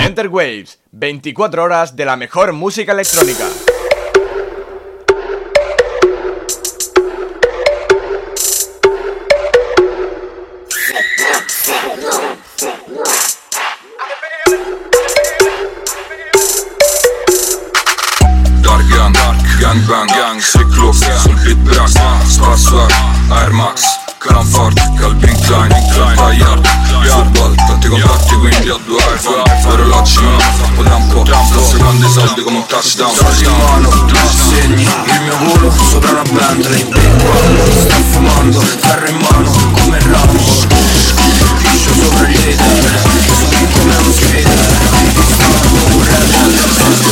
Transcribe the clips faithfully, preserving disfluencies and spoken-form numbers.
Center Waves, veinticuatro horas de la mejor música electrónica. Gangbang, gang, cyklus, sul beat brass, Spasswag, Air Max, Comfort, Calvin Klein, Bayard, football, tanti contatti quindi ho due iPhone, orologi non ho fatto da un po', sto seguendo i soldi come un touchdown. Soldi in mano, tu segni, il mio culo sopra una Bentley, quando sto fumando, ferro in mano, come Rambo, piscio sopra gli hater, subi come uno skater, sto correndo,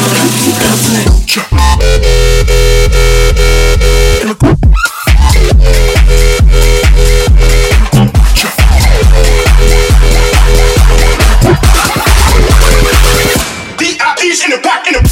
in the back, in the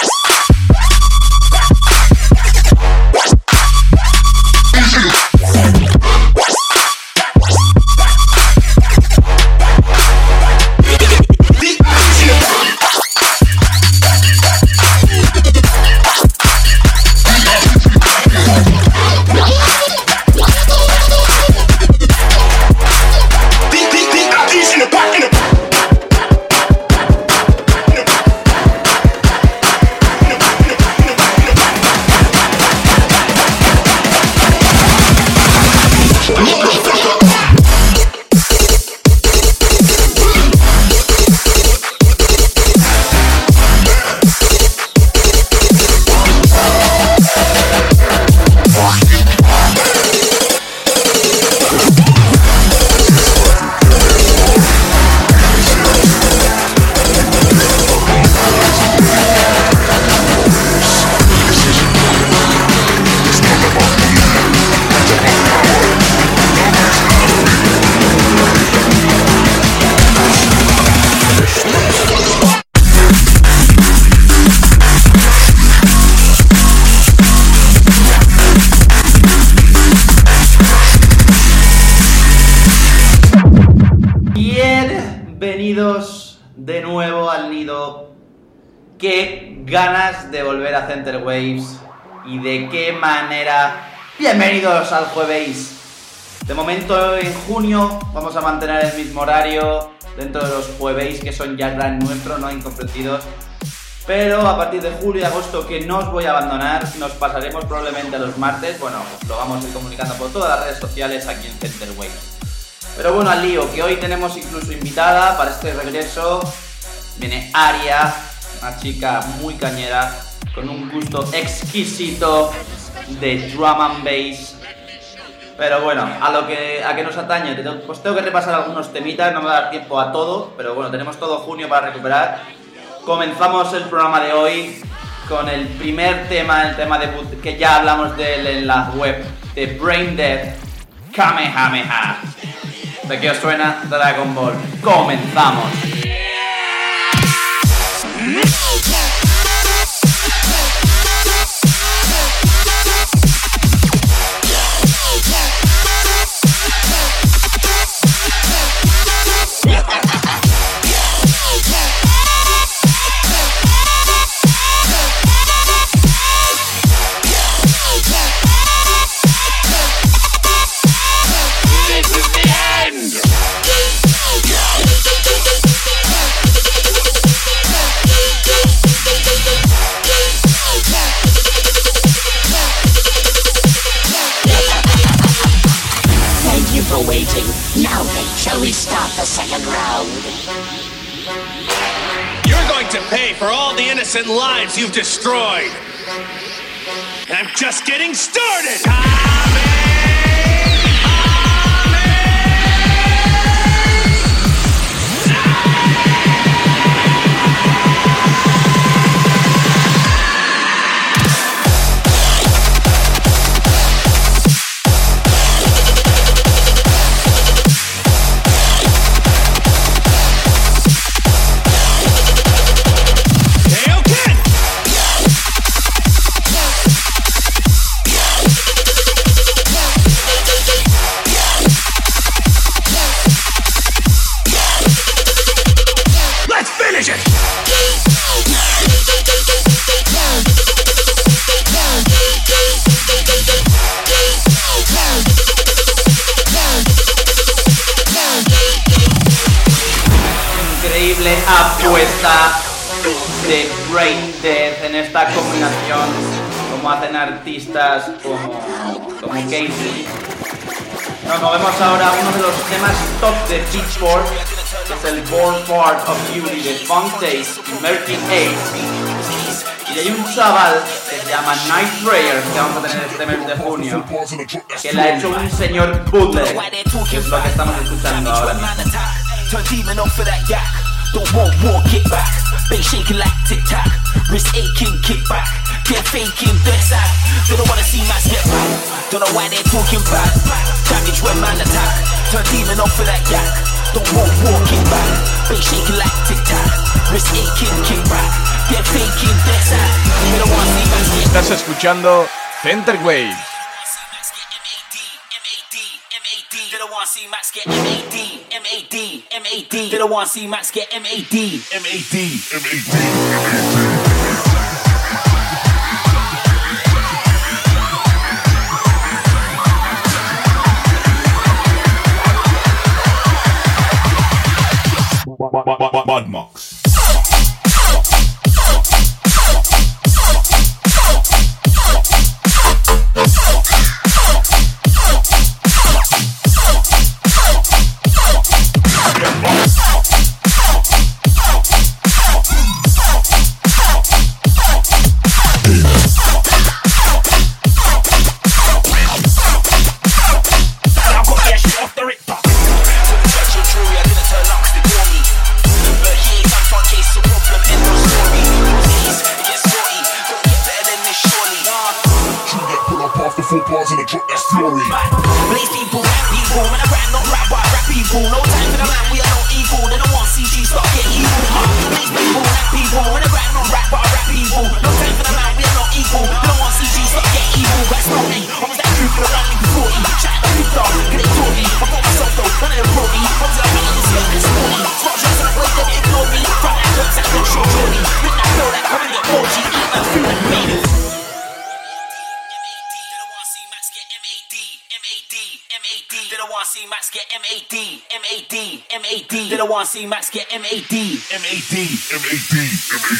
de nuevo al nido. Qué ganas de volver a Center Waves y de qué manera. Bienvenidos al jueves. De momento en junio vamos a mantener el mismo horario dentro de los jueves que son ya gran nuestros, no incomprendidos. Pero a partir de julio y agosto, que no os voy a abandonar, nos pasaremos probablemente a los martes. Bueno, lo vamos a ir comunicando por todas las redes sociales aquí en Center Waves. Pero bueno, al lío, que hoy tenemos incluso invitada para este regreso. Viene Aria, una chica muy cañera, con un gusto exquisito de drum and bass. Pero bueno, a lo que a que nos atañe, pues tengo que repasar algunos temitas, no me va a dar tiempo a todo, pero bueno, tenemos todo junio para recuperar. Comenzamos el programa de hoy con el primer tema, el tema debut, que ya hablamos de él en la web, de Brain Dead, Kamehameha. ¿De qué os suena Dragon Ball? ¡Comenzamos! Now then, shall we start the second round? You're going to pay for all the innocent lives you've destroyed. And I'm just getting started! Finish it! increíble apuesta de Brain Dead en esta combinación, como hacen artistas como, como Casey. Nos movemos ahora a uno de los temas top de Pitchfork, que es el Born Part of Beauty de Funk Taste y Merkin Ace. Y hay un chaval que se llama Night Prayer, que vamos a tener este mes de junio, que le ha hecho un señor bootleg, que es lo que estamos escuchando ahora mismo. Don't want war, get back. Been shaking like tic tac. Wrist aching, kick back. Get faking, death sack. They don't wanna see man get back. Don't know why they're talking back. Damage when man attack. Turn demon off for that yak. Don't want war, get back. Been shaking like tic tac. Wrist aching, kick back. Get faking, death sack. They don't wanna see man get back. Estás escuchando Center Wave. They don't wanna see Max get M A D, M A D, M A D. They don't wanna see Max get M A D, M A D, M A D, Mad Max. Four bars in a drop, that's fury. Blaze people, rap people. When I rap, not rap, but I rap people. No time for the man, we are not equal. They don't want C G, stop getting evil. Blaze people, rap people. When I rap, not rap, but I rap people. No time for the man, we are not equal. They don't want C G, stop getting evil. That's not me. I was that dude for the running before him. Chat the big dog, get it taught me. I brought myself though, none of them brought me. I was like, man, this girl is sporty. Smart shots on the way, they ignore me. Front that hurts, that don't show Jordy. With that girl, that come and get four G. Eat my food and baby. They don't want to see Max get M A D, M A D, M A D. They don't want to see Max get M A D, M A D, M A D, M A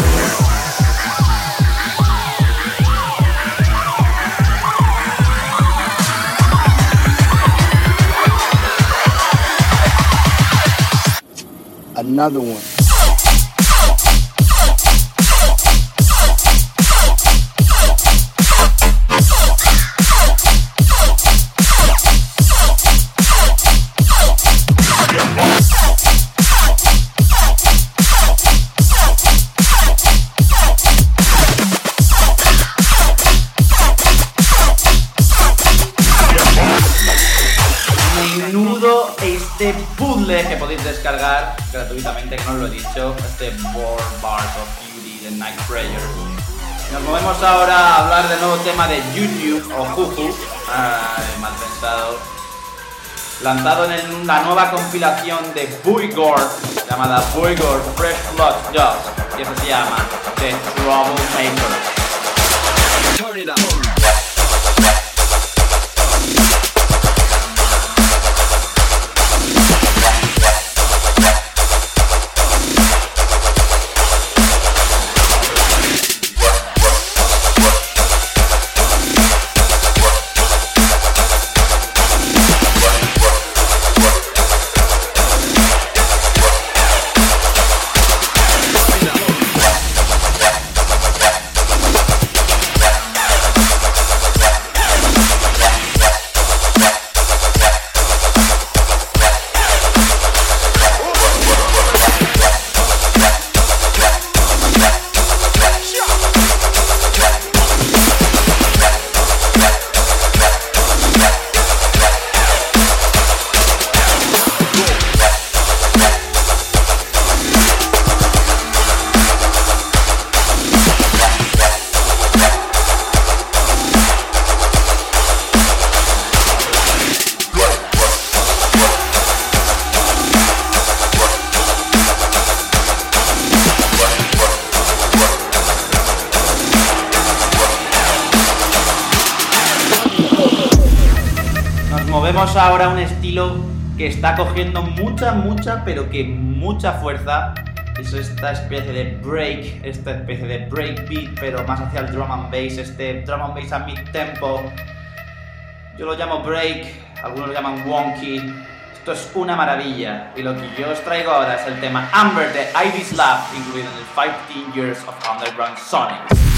D. Another one. Este puzzle que podéis descargar gratuitamente, que no os lo he dicho, este Born Bars of Beauty de Night Prayer. Nos movemos ahora a hablar del nuevo tema de YouTube o Juju, ay, mal pensado, lanzado en la nueva compilación de Buigor llamada Buigor Fresh Blood Jobs, y eso se llama The Troublemaker. Turn it up. Ahora un estilo que está cogiendo mucha, mucha, pero que mucha fuerza. Es esta especie de break, esta especie de breakbeat, pero más hacia el drum and bass, este drum and bass a mid tempo. Yo lo llamo break, algunos lo llaman wonky. Esto es una maravilla, y lo que yo os traigo ahora es el tema Amber de Ivy's Lab, incluido en el fifteen Years of Underground Sonic.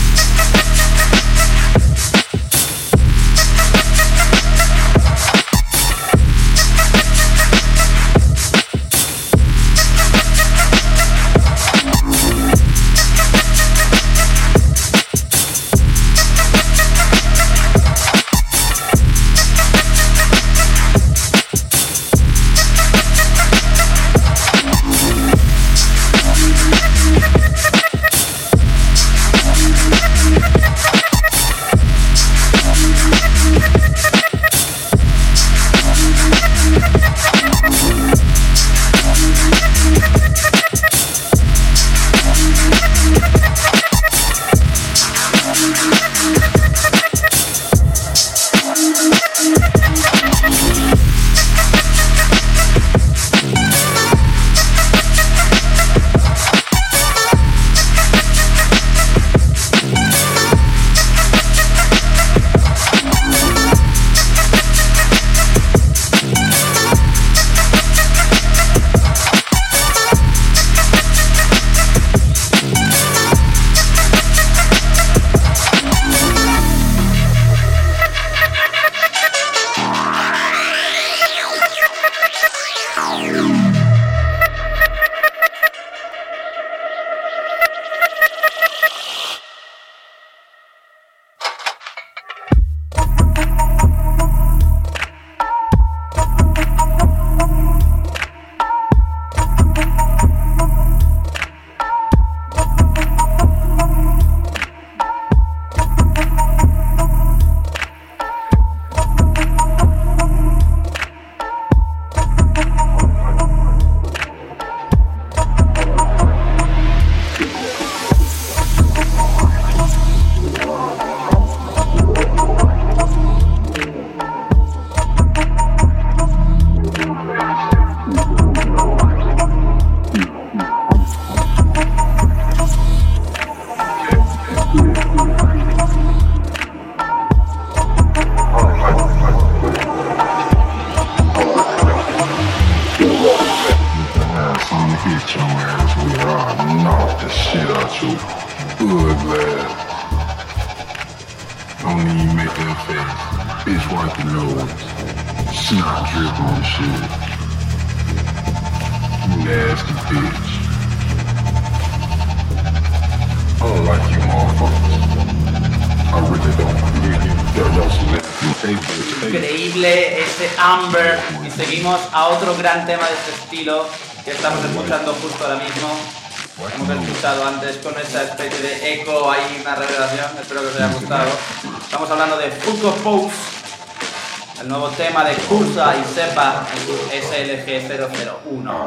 Increíble ese Amber, y seguimos a otro gran tema de este estilo que estamos escuchando justo ahora mismo. Hemos escuchado antes con esa especie de eco, hay una revelación, espero que os haya gustado. Estamos hablando de Funko Pose, el nuevo tema de Cursa y Sepa en su S L G cero cero uno.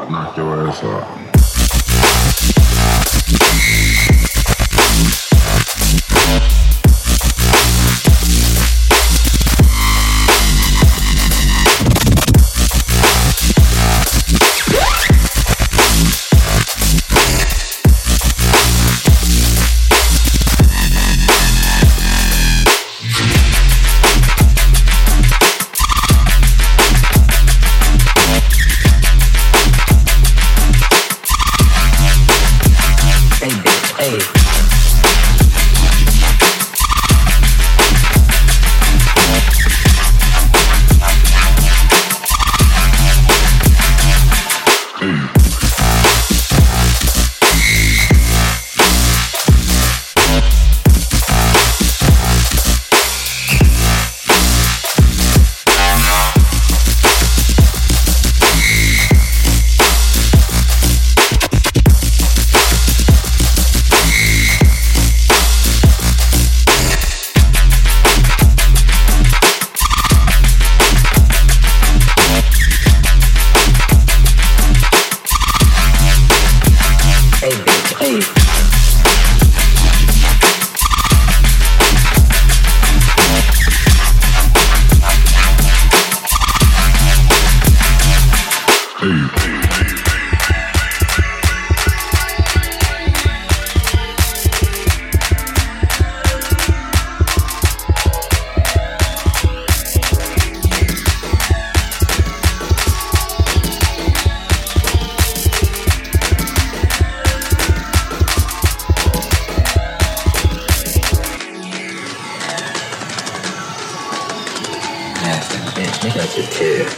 to tell.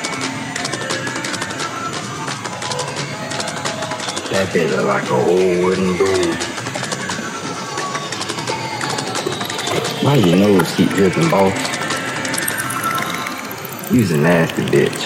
That bitch look like a old wooden broom. Why your nose keep dripping, boss? You's a nasty bitch.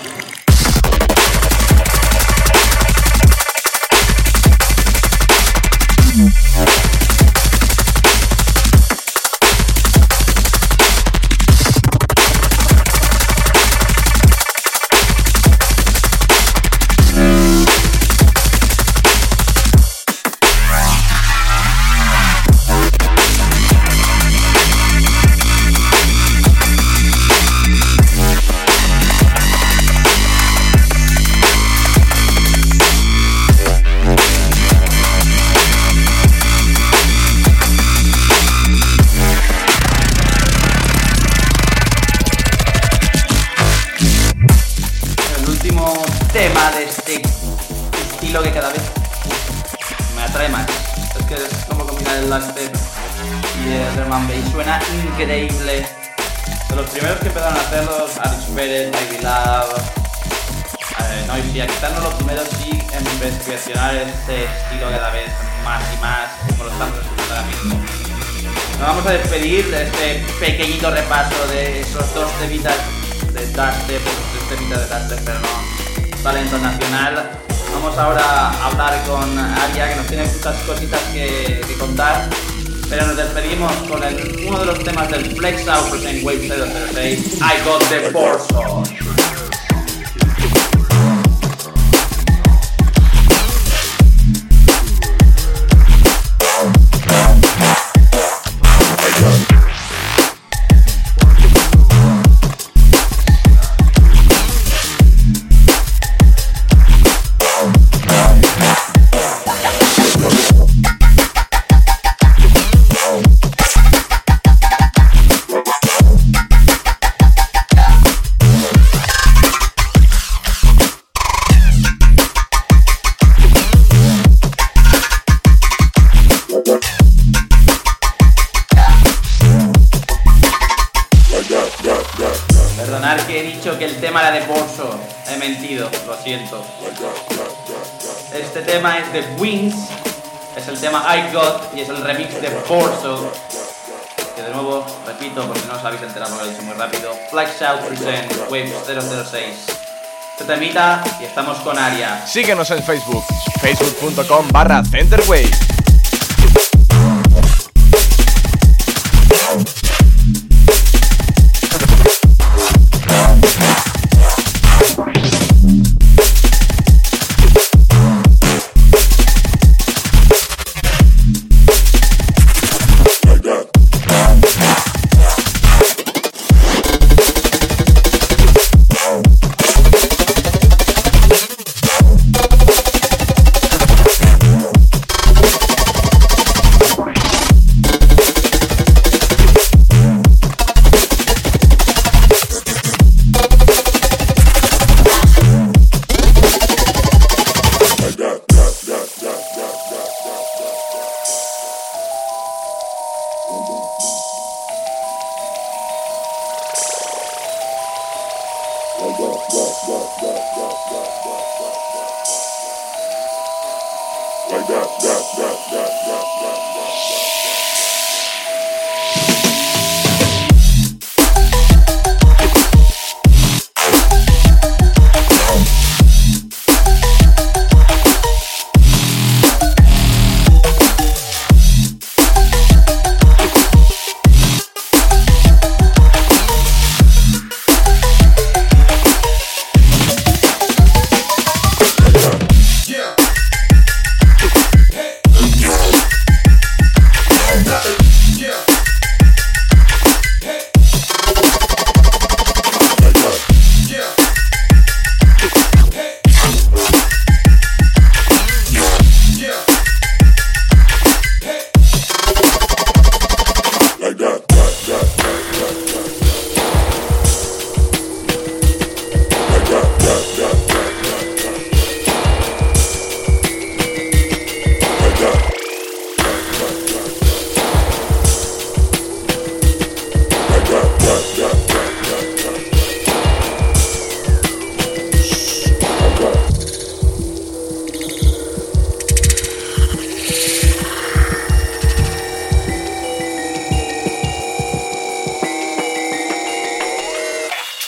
Tema de este estilo que cada vez me atrae más. Es que es como combinar el dubstep y el drum and bass. Suena increíble. De los primeros que empezaron a hacerlo, Alex Perez, Ivy Love, eh, Noisy, quizás no los primeros, sí en perfeccionar este estilo cada vez más y más, como lo estamos escuchando ahora mismo. Nos vamos a despedir de este pequeñito repaso de esos dos temitas de dubstep, tres temitas de dubstep, pero no talento nacional. Vamos ahora a hablar con Aria, que nos tiene muchas cositas que, que contar, pero nos despedimos con el, uno de los temas del Flex Out Present Wave cero cero seis, I Got the Porso. Perdonad que he dicho que el tema era de Porso, he mentido, lo siento. Este tema es de Wings, es el tema I Got y es el remix de Porso, que de nuevo, repito, porque no os habéis enterado, lo he dicho muy rápido, Flex Out Present Wave cero cero seis. Se termina y estamos con Aria. Síguenos en Facebook, facebook punto com barra Centerwave.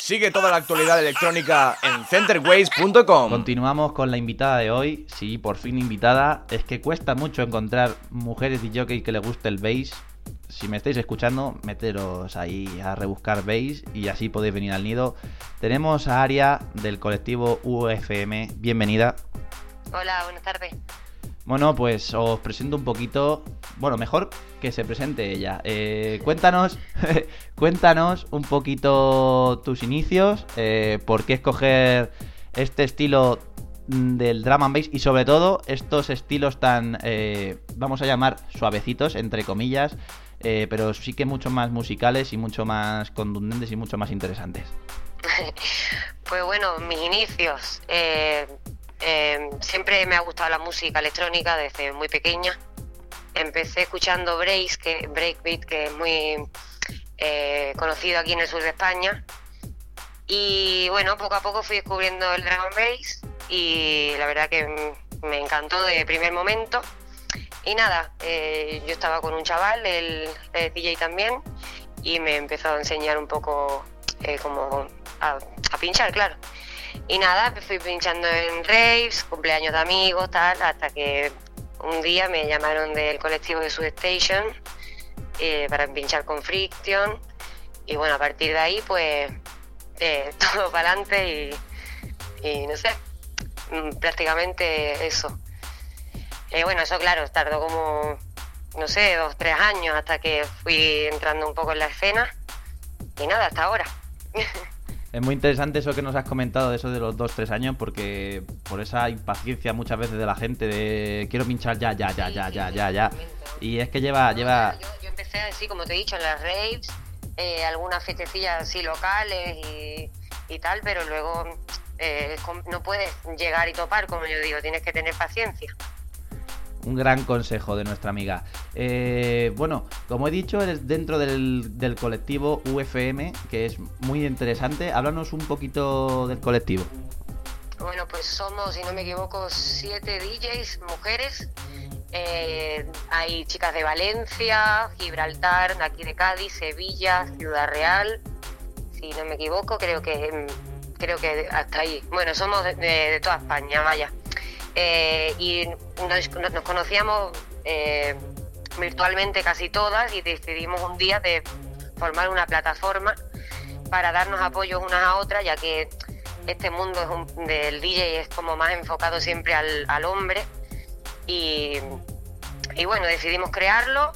Sigue toda la actualidad electrónica en centerwaves punto com. Continuamos con la invitada de hoy. Sí, por fin invitada. Es que cuesta mucho encontrar mujeres D J que les guste el bass. Si me estáis escuchando, meteros ahí a rebuscar bass y así podéis venir al nido. Tenemos a Aria del colectivo U F M. Bienvenida. Hola, buenas tardes. Bueno, pues os presento un poquito. Bueno, mejor que se presente ella. Eh, cuéntanos, cuéntanos un poquito tus inicios, eh, por qué escoger este estilo del drum and bass y sobre todo estos estilos tan, eh, vamos a llamar suavecitos, entre comillas, eh, pero sí que mucho más musicales y mucho más contundentes y mucho más interesantes. Pues bueno, mis inicios. Eh, eh, siempre me ha gustado la música electrónica desde muy pequeña. Empecé escuchando breaks, que, breakbeat, que es muy eh, conocido aquí en el sur de España. Y bueno, poco a poco fui descubriendo el drum and bass y la verdad que me encantó de primer momento. Y nada, eh, yo estaba con un chaval, el, el D J también, y me empezó a enseñar un poco eh, como a, a pinchar, claro. Y nada, fui pinchando en raves, cumpleaños de amigos, tal, hasta que un día me llamaron del colectivo de Substation eh, para pinchar con Friction. Y bueno, a partir de ahí, pues, eh, todo para adelante y, y no sé, prácticamente eso. Eh, bueno, eso claro, tardó como, no sé, dos, tres años hasta que fui entrando un poco en la escena. Y nada, hasta ahora. Es muy interesante eso que nos has comentado de eso de los dos, tres años, porque por esa impaciencia muchas veces de la gente de quiero pinchar ya, ya, ya, ya, ya, ya, ya. Y es que lleva, lleva... Yo, yo empecé así, como te he dicho, en las raves, eh, algunas fiestecillas así locales y, y tal, pero luego eh, no puedes llegar y topar, como yo digo, tienes que tener paciencia. Un gran consejo de nuestra amiga. Eh, bueno, como he dicho, eres dentro del, del colectivo U F M, que es muy interesante. Háblanos un poquito del colectivo. Bueno, pues somos, si no me equivoco, siete D Js, mujeres. Eh, hay chicas de Valencia, Gibraltar, aquí de Cádiz, Sevilla, Ciudad Real. Si no me equivoco, creo que creo que hasta ahí. Bueno, somos de, de, de toda España, vaya. Eh, y nos, nos conocíamos eh, virtualmente casi todas y decidimos un día de formar una plataforma para darnos apoyo unas a otras, ya que este mundo es un, del D J es como más enfocado siempre al, al hombre y, y bueno, decidimos crearlo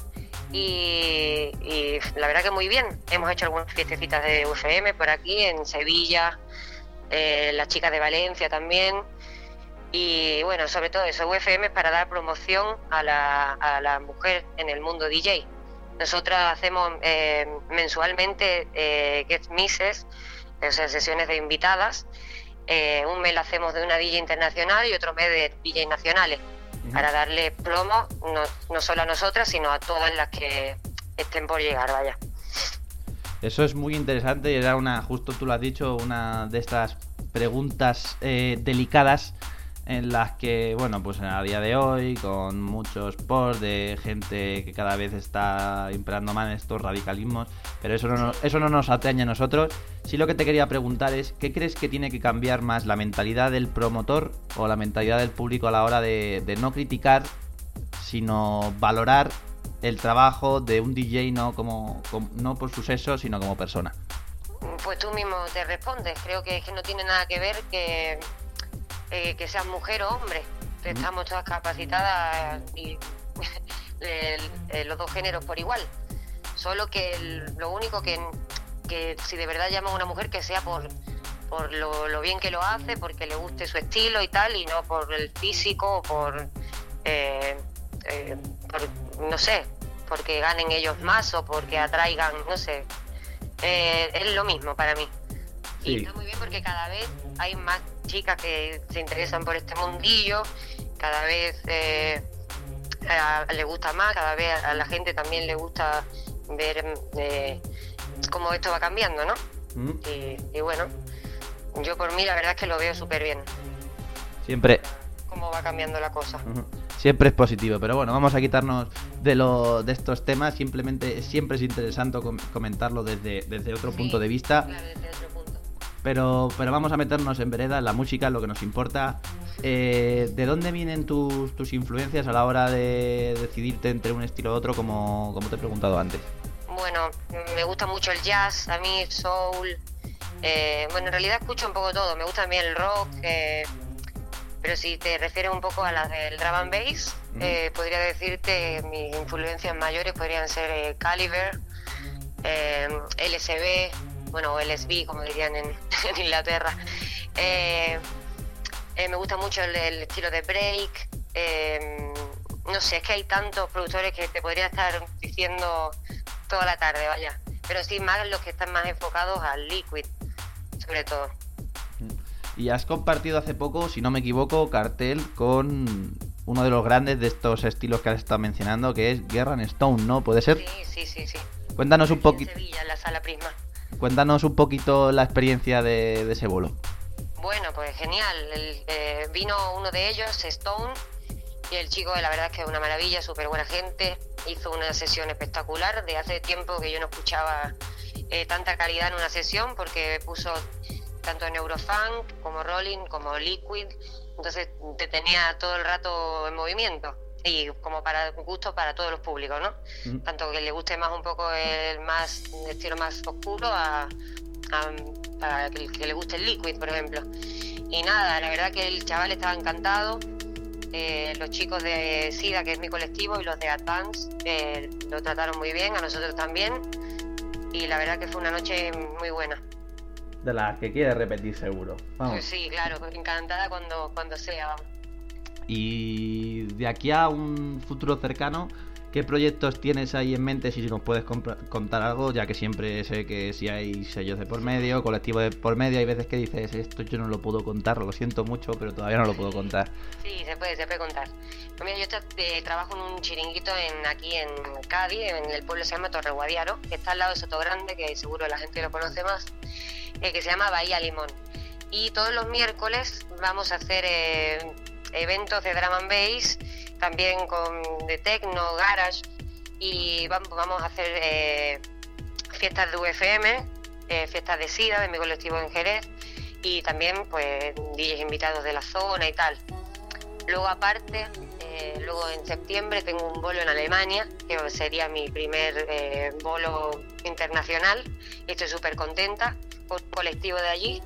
y, y la verdad que muy bien. Hemos hecho algunas fiestecitas de U F M por aquí en Sevilla, eh, las chicas de Valencia también. Y bueno, sobre todo eso, U F M es para dar promoción a la, a la mujer en el mundo D J. Nosotras hacemos eh, mensualmente eh, guest misses, o sea, sesiones de invitadas. Eh, un mes la hacemos de una D J internacional y otro mes de D J nacionales, uh-huh. para darle promo no, no solo a nosotras, sino a todas las que estén por llegar, vaya. Eso es muy interesante y era una, justo tú lo has dicho, una de estas preguntas eh, delicadas en las que, bueno, pues a día de hoy, con muchos posts de gente que cada vez está imperando más estos radicalismos, pero eso no, eso no nos atañe a nosotros. Sí, lo que te quería preguntar es, ¿qué crees que tiene que cambiar más, la mentalidad del promotor o la mentalidad del público a la hora de, de no criticar, sino valorar el trabajo de un D J no, como, como, no por su sexo, sino como persona? Pues tú mismo te respondes. Creo que, que no tiene nada que ver que... Eh, que seas mujer o hombre, estamos todas capacitadas y el, el, los dos géneros por igual, solo que el, lo único que, que si de verdad llama a una mujer que sea por, por lo, lo bien que lo hace, porque le guste su estilo y tal, y no por el físico o por, eh, eh, por no sé, porque ganen ellos más o porque atraigan, no sé, eh, es lo mismo para mí. Sí. Y está muy bien porque cada vez hay más chicas que se interesan por este mundillo, cada vez eh, a, a, le gusta más, cada vez a la gente también le gusta ver eh, cómo esto va cambiando, ¿no? Mm. Y, y bueno, yo por mí la verdad es que lo veo súper bien. Siempre. Cómo va cambiando la cosa. Uh-huh. Siempre es positivo, pero bueno, vamos a quitarnos de lo de estos temas. Simplemente siempre es interesante com- comentarlo desde, desde otro sí, punto de vista. Claro, desde otro punto. Pero, pero vamos a meternos en vereda, en la música, en lo que nos importa. Eh, ¿De dónde vienen tus, tus influencias a la hora de decidirte entre un estilo u otro, como, como te he preguntado antes? Bueno, me gusta mucho el jazz, a mí soul. Eh, bueno, en realidad escucho un poco todo. Me gusta también el rock. Eh, pero si te refieres un poco a las del drum and bass, uh-huh. eh, podría decirte mis influencias mayores podrían ser eh, Caliber, eh, L S B, bueno, L S B como dirían en, en Inglaterra. Eh, eh, me gusta mucho el, el estilo de break. Eh, no sé, es que hay tantos productores que te podría estar diciendo toda la tarde, vaya. Pero sí, más los que están más enfocados al liquid, sobre todo. Y has compartido hace poco, si no me equivoco, cartel con uno de los grandes de estos estilos que has estado mencionando, que es Guerra Stone, ¿no? ¿Puede ser? Sí, sí, sí, sí. Cuéntanos un poquito. En Sevilla, en la Sala Prisma. Cuéntanos un poquito la experiencia de, de ese bolo. Bueno, pues genial. El, eh, vino uno de ellos, Stone, y el chico, la verdad es que es una maravilla, súper buena gente. Hizo una sesión espectacular. De hace tiempo que yo no escuchaba eh, tanta calidad en una sesión, porque puso tanto Neurofunk como Rolling como Liquid, entonces te tenía todo el rato en movimiento y como para gusto para todos los públicos, ¿no? Mm. Tanto que le guste más un poco el más el estilo más oscuro a, a, a que, que le guste el Liquid, por ejemplo. Y nada, la verdad que el chaval estaba encantado. Eh, los chicos de SIDA, que es mi colectivo, y los de Advance eh, lo trataron muy bien, a nosotros también, y la verdad que fue una noche muy buena. De las que quieres repetir seguro. Vamos. Sí, claro, encantada cuando, cuando sea, vamos. Y de aquí a un futuro cercano, ¿qué proyectos tienes ahí en mente? Si nos puedes comp- contar algo, ya que siempre sé que si hay sellos de por medio, colectivos de por medio, hay veces que dices, esto yo no lo puedo contar, lo siento mucho, pero todavía no lo puedo contar. Sí, se puede, se puede contar. Pues mira, yo eh, trabajo en un chiringuito en, aquí en Cádiz, en el pueblo se llama Torre Guadiaro, que está al lado de Sotogrande, que seguro la gente lo conoce más, eh, que se llama Bahía Limón. Y todos los miércoles vamos a hacer eh, eventos de drum and bass, también con de techno, garage, y vamos, vamos a hacer eh, fiestas de U F M, eh, fiestas de SIDA, de mi colectivo en Jerez, y también pues D Js invitados de la zona y tal. Luego aparte, eh, luego en septiembre tengo un bolo en Alemania, que sería mi primer eh, bolo internacional, y estoy súper contenta con un colectivo de allí.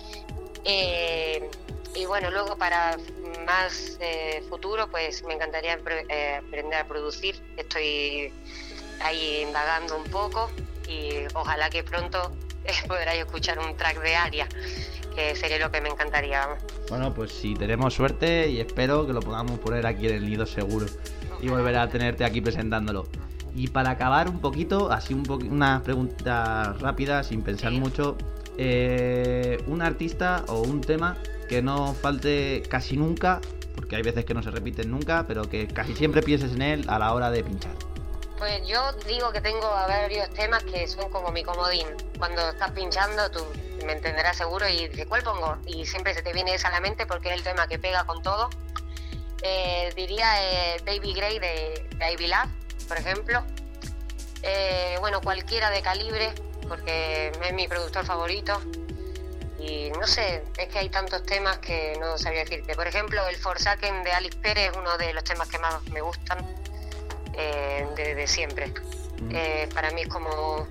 Eh, y bueno, luego para más eh, futuro, pues me encantaría eh, aprender a producir. Estoy ahí indagando un poco y ojalá que pronto eh, podráis escuchar un track de Aria, que sería lo que me encantaría. Bueno, pues si tenemos suerte, y espero que lo podamos poner aquí en el nido seguro y volver a tenerte aquí presentándolo. Y para acabar un poquito, así un poqu- unas preguntas rápidas, sin pensar sí. mucho, eh, un artista o un tema que no falte casi nunca, porque hay veces que no se repiten nunca, pero que casi siempre pienses en él a la hora de pinchar. Pues yo digo que tengo varios temas que son como mi comodín. Cuando estás pinchando, tú me entenderás seguro, y dices, ¿cuál pongo? Y siempre se te viene esa a la mente porque es el tema que pega con todo. Eh, diría eh, Baby Grey de, de Ivy Love, por ejemplo. Eh, bueno, cualquiera de Calibre, porque es mi productor favorito. Y no sé, es que hay tantos temas que no sabía decirte. Por ejemplo, el Forsaken de Alice Pérez es uno de los temas que más me gustan eh, de, de siempre. Mm. Eh, para mí es como,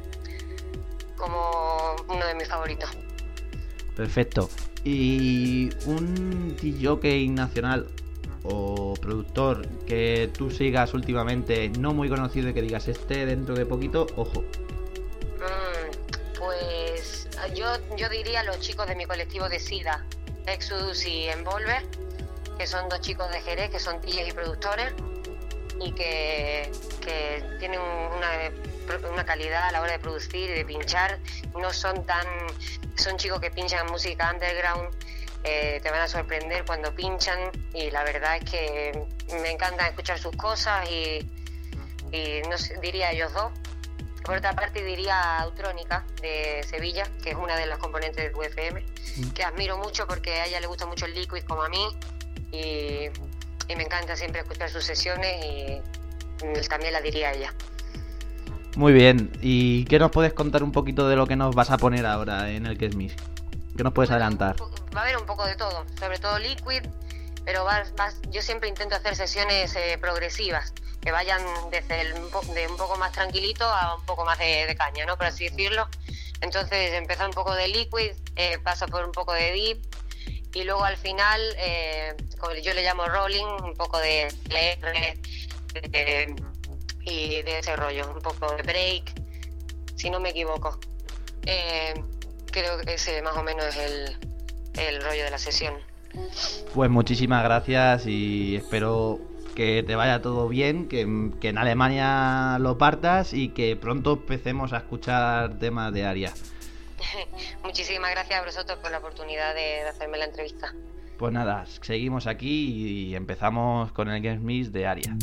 como uno de mis favoritos. Perfecto. ¿Y un D J nacional o productor que tú sigas últimamente, no muy conocido, y que digas, este dentro de poquito, ojo? Mm, pues yo, yo diría los chicos de mi colectivo de SIDA, Exodus y Envolver, que son dos chicos de Jerez, que son D Js y productores, y que, que tienen una, una calidad a la hora de producir y de pinchar. No son tan... son chicos que pinchan música underground. Eh, te van a sorprender cuando pinchan, y la verdad es que me encanta escuchar sus cosas, y, y no sé, diría ellos dos. Por otra parte diría Autrónica de Sevilla, que es una de las componentes del U F M, mm. que admiro mucho porque a ella le gusta mucho el liquid como a mí, y, y me encanta siempre escuchar sus sesiones, y, y también la diría ella. Muy bien, ¿y qué nos puedes contar un poquito de lo que nos vas a poner ahora en el Que es Mix? ¿Qué nos puedes adelantar? Va a haber un poco de todo, sobre todo Liquid, pero va, va, yo siempre intento hacer sesiones eh, progresivas, que vayan desde el, de un poco más tranquilito a un poco más de, de caña, ¿no? Por así decirlo. Entonces empieza un poco de Liquid, eh, pasa por un poco de Deep, y luego al final, eh, como yo le llamo rolling, un poco de R de, y de ese rollo, un poco de break, si no me equivoco. Eh, creo que ese más o menos es el, el rollo de la sesión. Pues muchísimas gracias y espero que te vaya todo bien, que, que en Alemania lo partas y que pronto empecemos a escuchar temas de Aria. Muchísimas gracias a vosotros por la oportunidad de, de hacerme la entrevista. Pues nada, seguimos aquí y empezamos con el Game Mix de Aria.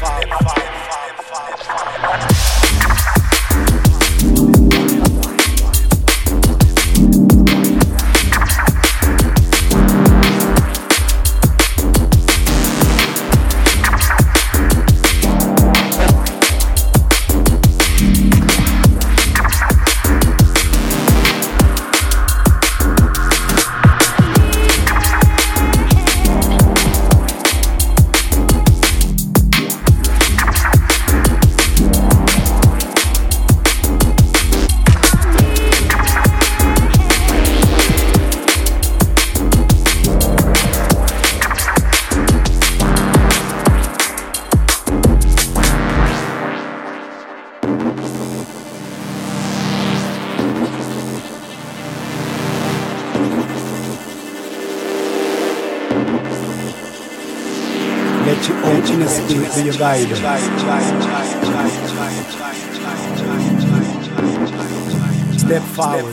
Let your own inner spirit be your guide. Step forward.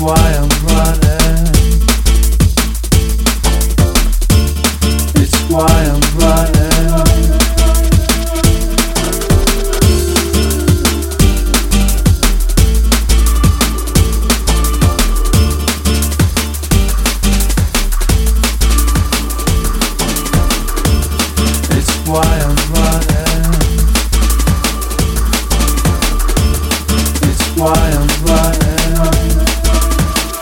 why I'm running. It's why I'm running. It's why I'm running. It's why I'm running.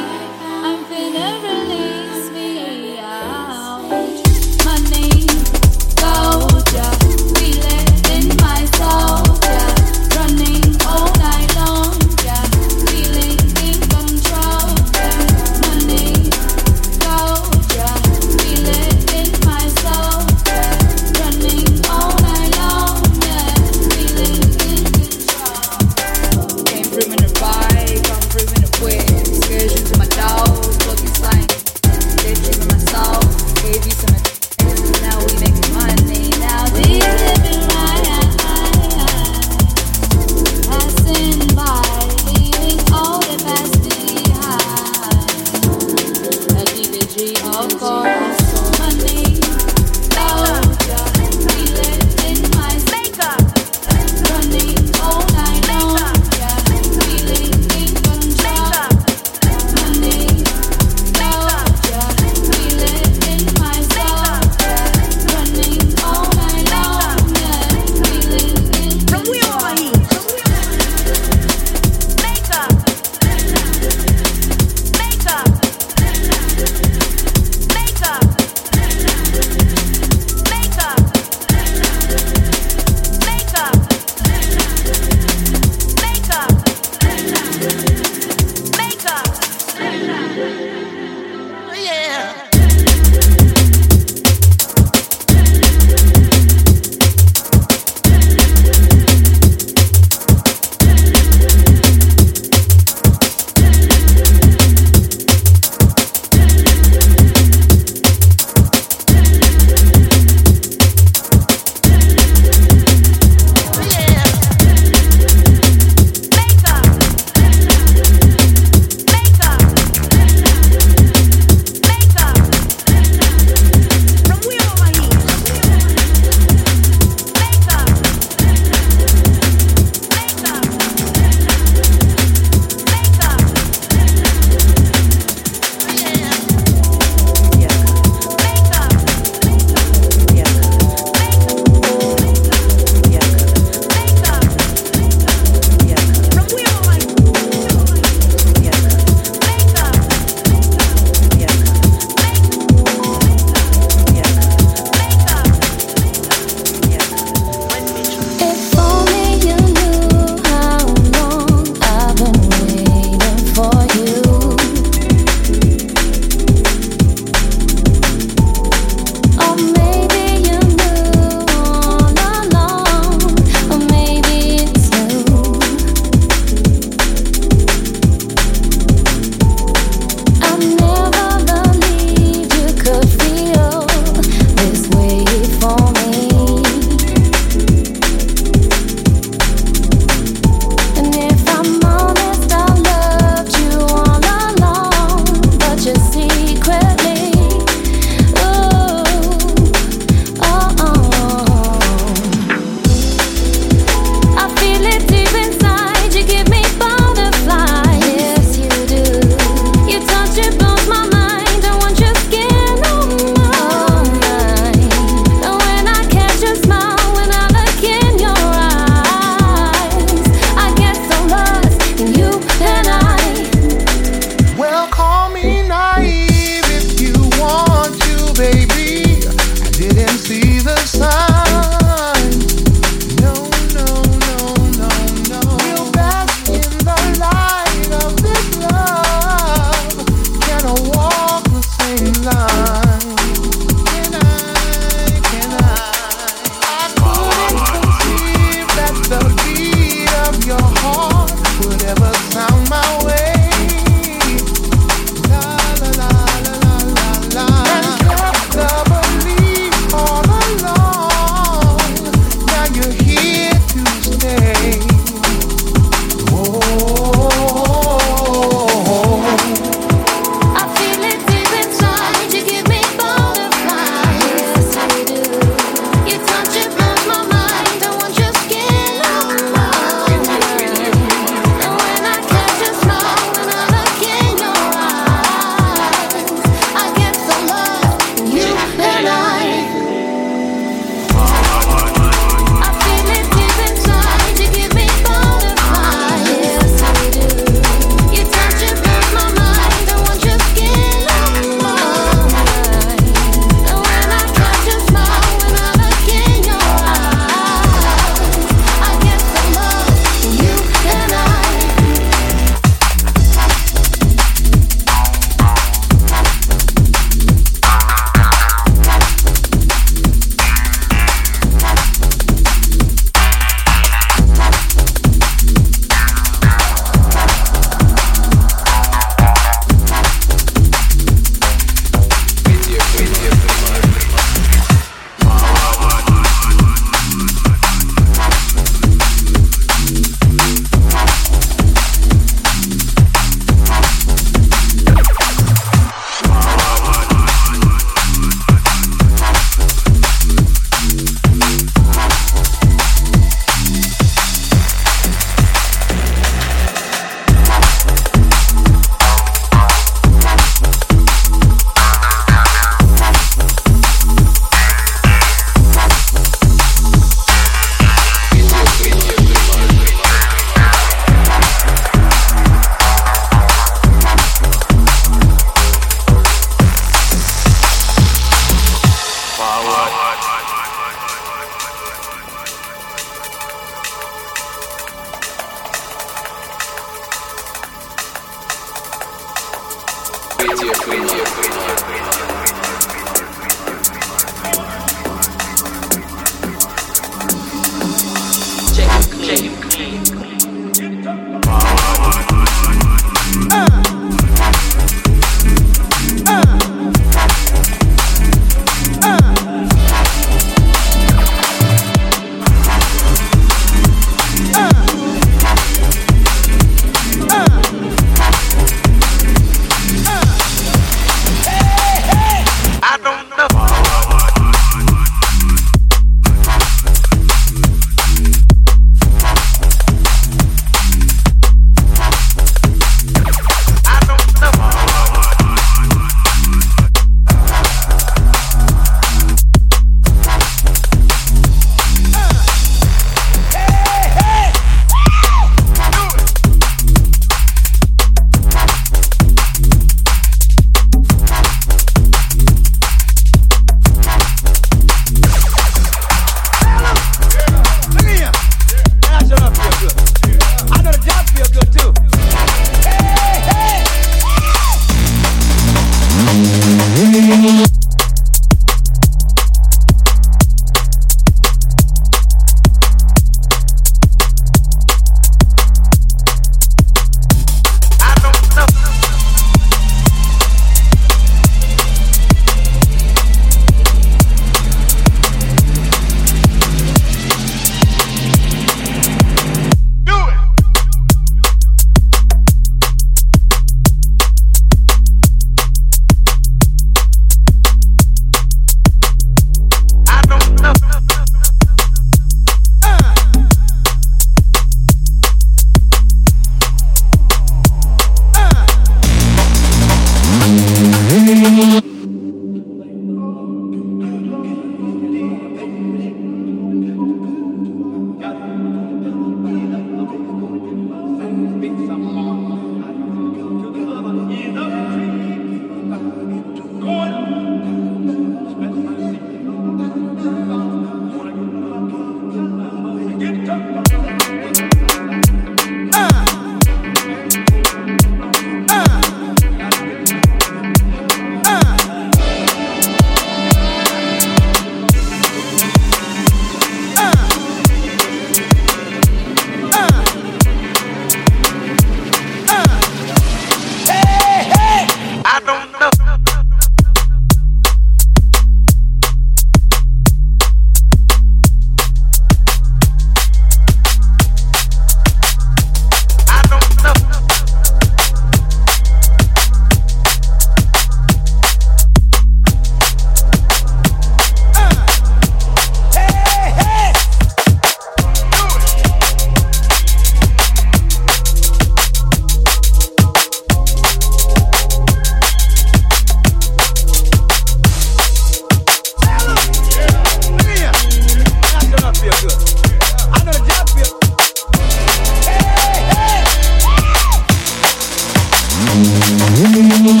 Mm-hmm.